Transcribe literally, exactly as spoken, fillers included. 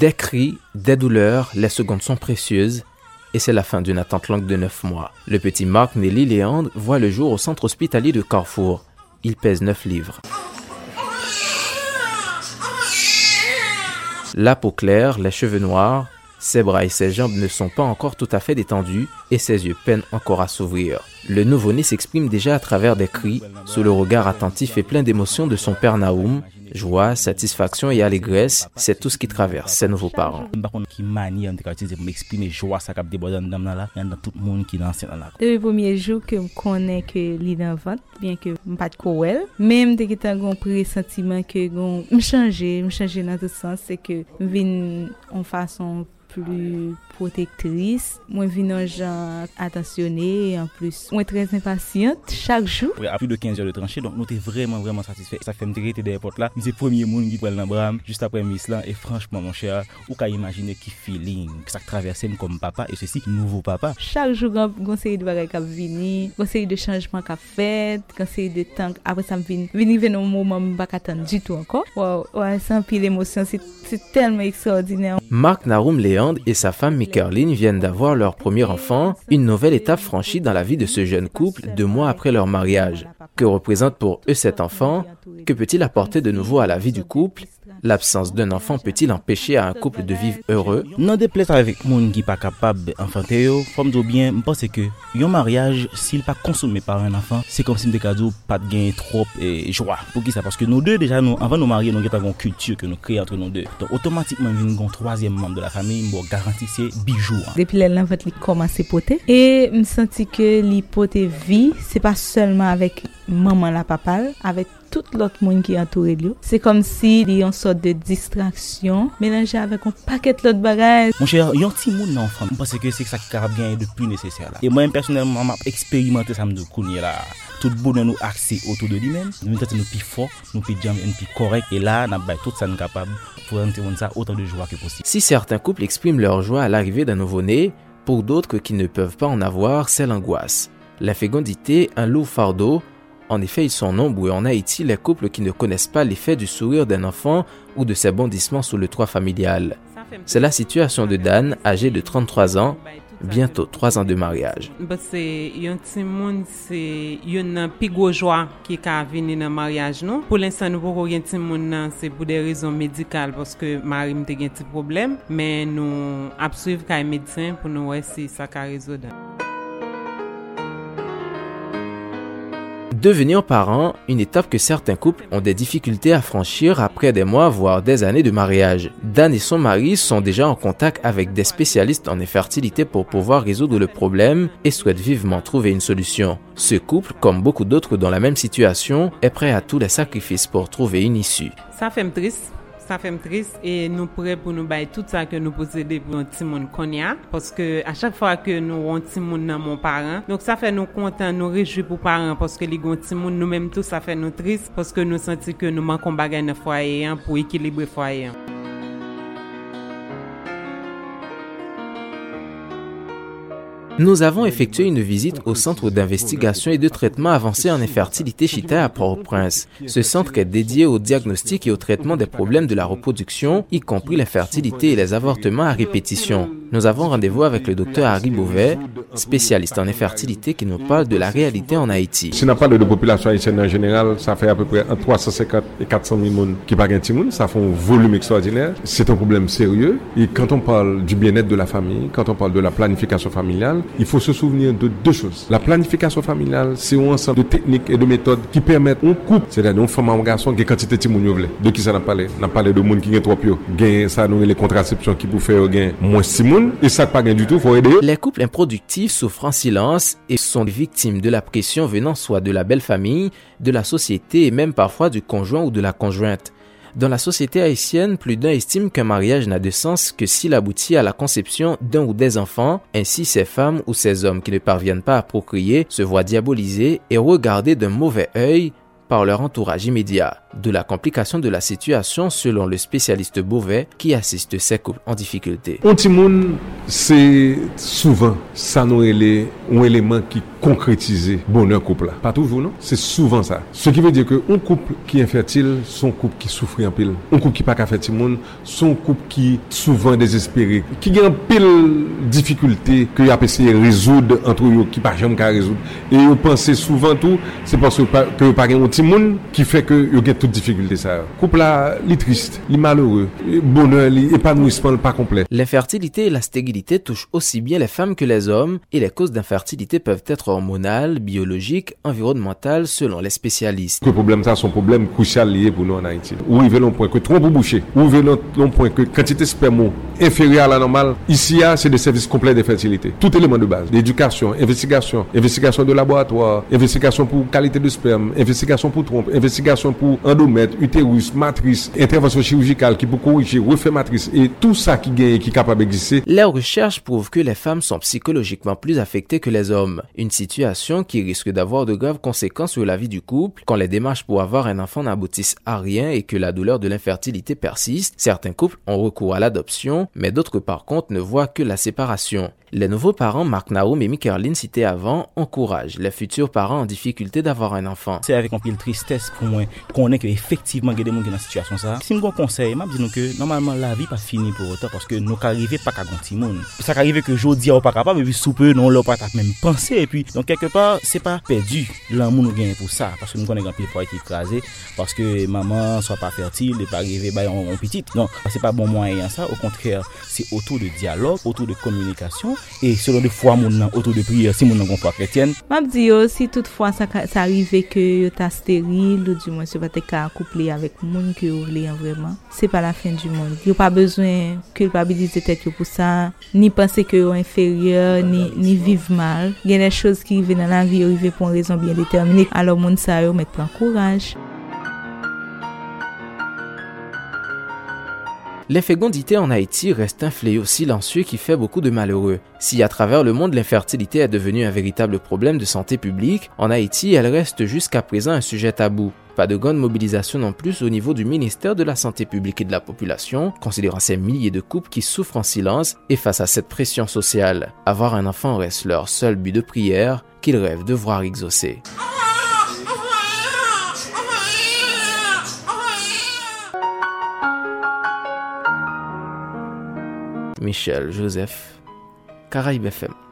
Des cris, des douleurs, les secondes sont précieuses et c'est la fin d'une attente longue de neuf mois. Le petit Marc Nelly Léandre voit le jour au centre hospitalier de Carrefour. Il pèse neuf livres. La peau claire, les cheveux noirs, ses bras et ses jambes ne sont pas encore tout à fait détendus et ses yeux peinent encore à s'ouvrir. Le nouveau-né s'exprime déjà à travers des cris, sous le regard attentif et plein d'émotions de son père Naoum. Joie, satisfaction et allégresse, c'est tout ce qui traverse ses nouveaux parents. Depuis le premier jour que je connais que l'île en vente, bien que je ne pas de couelle, même dès que j'ai un pressentiment que je changer, je changer dans tout sens, c'est que je viens en façon plus protectrice, moi viens gens attentionné en plus moi très impatiente chaque jour. Oui, à plus de quinze heures de tranchée, donc nous t'es vraiment vraiment satisfait. Ça fait me traiter des portes là, c'est premier monde qui prend dans bras juste après miss là et franchement mon cher, ou qu'à imaginer qui feeling que ça traverser comme papa et ceci nouveau papa. Chaque jour conseil de bagages qui venir, conseil de changement qu'a fait, conseil de temps après ça me vient venir venir un moment pas attendre du tout encore. Wow, ouais, sans pile émotion, c'est c'est tellement extraordinaire. Marc Naoum Léandre et sa femme Mikerline viennent d'avoir leur premier enfant, une nouvelle étape franchie dans la vie de ce jeune couple deux mois après leur mariage. Que représente pour eux cet enfant? Que peut-il apporter de nouveau à la vie du couple? L'absence d'un enfant peut-il empêcher à un couple de vivre heureux? Non déplaise avec monde qui pas capable enfanter yo, faut me bien, je pense que un mariage s'il pas consommé par un enfant, c'est comme si me cadeau pas de gain trop et joie. Pour qui ça? Parce que nous deux déjà nous avant de nous marier, nous avons une culture que nous créons entre nous deux. Donc automatiquement vient un troisième membre de la famille, bon garantie c'est bijou. Hein. Depuis l'enfant il commence à poter et me senti que l'hypothèse vie, c'est pas seulement avec maman la papa, avec tout l'autre monde qui entoure lui. C'est comme si il y a une sorte de distraction mélangée avec un paquet d'autres bagages. Mon cher, yon ti moun nan enfant, parce que c'est ça qui a bien de plus nécessaire là. Et moi personnellement, m'a expérimenté ça me de kounye là. Tout bonheur nous axé autour de lui-même. Nous tentons nous plus fort, nous plus jam et plus correct et là n'a ba tout ça nous capable pour rendre ça autant de joie que possible. Si certains couples expriment leur joie à l'arrivée d'un nouveau-né, pour d'autres qui ne peuvent pas en avoir, c'est l'angoisse. La fécondité, un lourd fardeau. En effet, ils sont nombreux en Haïti les couples qui ne connaissent pas l'effet du sourire d'un enfant ou de ses bondissements sous le toit familial. C'est la situation de Dan, âgé de trente-trois ans, bientôt trois ans de mariage. C'est un petit monde, c'est une plus grosse joie qui a venir dans le mariage. Non? Pour l'instant, nous avons un petit monde, c'est pour des raisons médicales parce que Marie a un petit problème, mais nous avons suivi un médecin pour nous voir si ça a résolu. Devenir parent, une étape que certains couples ont des difficultés à franchir après des mois, voire des années de mariage. Dan et son mari sont déjà en contact avec des spécialistes en infertilité pour pouvoir résoudre le problème et souhaitent vivement trouver une solution. Ce couple, comme beaucoup d'autres dans la même situation, est prêt à tous les sacrifices pour trouver une issue. Ça fait me triste. Ça fait me triste et nous prêts pour nous bailler tout ça que nous possédons pour un petit monde qu'on y a parce que à chaque fois que nous avons un petit monde dans mon parent donc ça fait nous contents nous réjouir pour parents parce que les gros petit monde nous même tout ça fait nous triste parce que nous sentons que nous manquons bagaille dans foyer pour équilibrer foyer. Nous avons effectué une visite au centre d'investigation et de traitement avancé en infertilité Chita à Port-au-Prince. Ce centre est dédié au diagnostic et au traitement des problèmes de la reproduction, y compris l'infertilité et les avortements à répétition. Nous avons rendez-vous avec le docteur Harry Beauvais, spécialiste en infertilité, qui nous parle de la réalité en Haïti. Si on parle de population haïtienne en général, ça fait à peu près entre trois cent cinquante et quatre cent mille personnes qui parlent de monde, ça fait un volume extraordinaire. C'est un problème sérieux. Et quand on parle du bien-être de la famille, quand on parle de la planification familiale, il faut se souvenir de deux choses. La planification familiale, c'est un ensemble de techniques et de méthodes qui permettent un couple, c'est-à-dire une femme et un garçon, qui a quantité de monde veut. De qui ça n'a parlé? On a parlé de monde qui est trop peu. Gain ça nous les contraceptions qui pour faire gain moins six monde et ça pas gain du tout, faut aider. Les couples improductifs souffrent en silence et sont victimes de la pression venant soit de la belle famille, de la société et même parfois du conjoint ou de la conjointe. Dans la société haïtienne, plus d'un estime qu'un mariage n'a de sens que s'il aboutit à la conception d'un ou des enfants. Ainsi, ces femmes ou ces hommes qui ne parviennent pas à procréer se voient diabolisés et regardés d'un mauvais œil, par leur entourage immédiat. De la complication de la situation selon le spécialiste Beauvais qui assiste ces couples en difficulté. Un petit monde, c'est souvent ça nous est un élément qui concrétise bonheur couple là. Pas toujours non, c'est souvent ça. Ce qui veut dire que un couple qui est infertile, son couple qui souffre en pile. Un couple qui pas qu'à faire petit monde, son couple qui souvent désespéré, qui a en pile difficulté que y a essayé de résoudre entre eux qui pas jamais qu'à résoudre. Et vous pensez souvent tout, c'est parce que que pas un petit monde qui fait que y a toute difficulté ça. Couple là, li triste, li malheureux, bonheur, li épanouissement pas complet. L'infertilité et la stérilité touchent aussi bien les femmes que les hommes et les causes d'infertilité peuvent être hormonales, biologiques, environnementales selon les spécialistes. Le problème ça, c'est un problème crucial lié pour nous en Haïti. Où il veut un point que trompe bouché, où il veut un point que quantité sperme inférieure à la normale, ici c'est des services complets de fertilité. Tout élément de base, l'éducation, investigation, investigation de laboratoire, investigation pour qualité de sperme, investigation pour trompe, investigation pour endomètre, utérus, matrice, intervention chirurgicale qui peut corriger, refaire matrice et tout ça qui gagne qui est capable d'exister. Les recherches prouvent que les femmes sont psychologiquement plus affectées que les hommes. Une situation qui risque d'avoir de graves conséquences sur la vie du couple quand les démarches pour avoir un enfant n'aboutissent à rien et que la douleur de l'infertilité persiste. Certains couples ont recours à l'adoption, mais d'autres par contre ne voient que la séparation. Les nouveaux parents, Marc Naoum et Mikerline cités avant, encouragent les futurs parents en difficulté d'avoir un enfant. C'est avec un peu de tristesse pour moi qu'on est qu'effectivement il y a des gens qui sont dans cette situation ça. Si nous conseille, m'a dit que normalement la vie pas finie pour autant parce que nous arriver pas qu'à gonti monde. Ça arrive que jodi on pas capable et puis sous peu non leur pas même penser et puis donc quelque part c'est pas perdu l'amour nous gagne pour ça parce que nous connaissons un peu qui écrasé parce que maman soit pas fertile et pas arriver ba on petite. Non, c'est pas bon moyen ça, au contraire, c'est autour de dialogue, autour de communication. Et selon des fois mon autour de prière si mon gon foi chrétienne m'a dit aussi toutefois ça ça arrivé que tu stérile ou du moins c'est pas te couplé avec monde que vous voulez vraiment c'est pas la fin du monde. Il y a pas besoin culpabiliser tête pour ça ni penser que vous inférieur ni ni vivre mal. Il y a des choses qui arrivent dans la vie arrivent pour une raison bien déterminée. Alors monde ça yo mettre plein courage. L'infécondité en Haïti reste un fléau silencieux qui fait beaucoup de malheureux. Si à travers le monde l'infertilité est devenue un véritable problème de santé publique, en Haïti elle reste jusqu'à présent un sujet tabou. Pas de grande mobilisation non plus au niveau du ministère de la Santé publique et de la population, considérant ces milliers de couples qui souffrent en silence et face à cette pression sociale. Avoir un enfant reste leur seul but de prière qu'ils rêvent de voir exaucé. Michel Joseph, Caraïbes F M.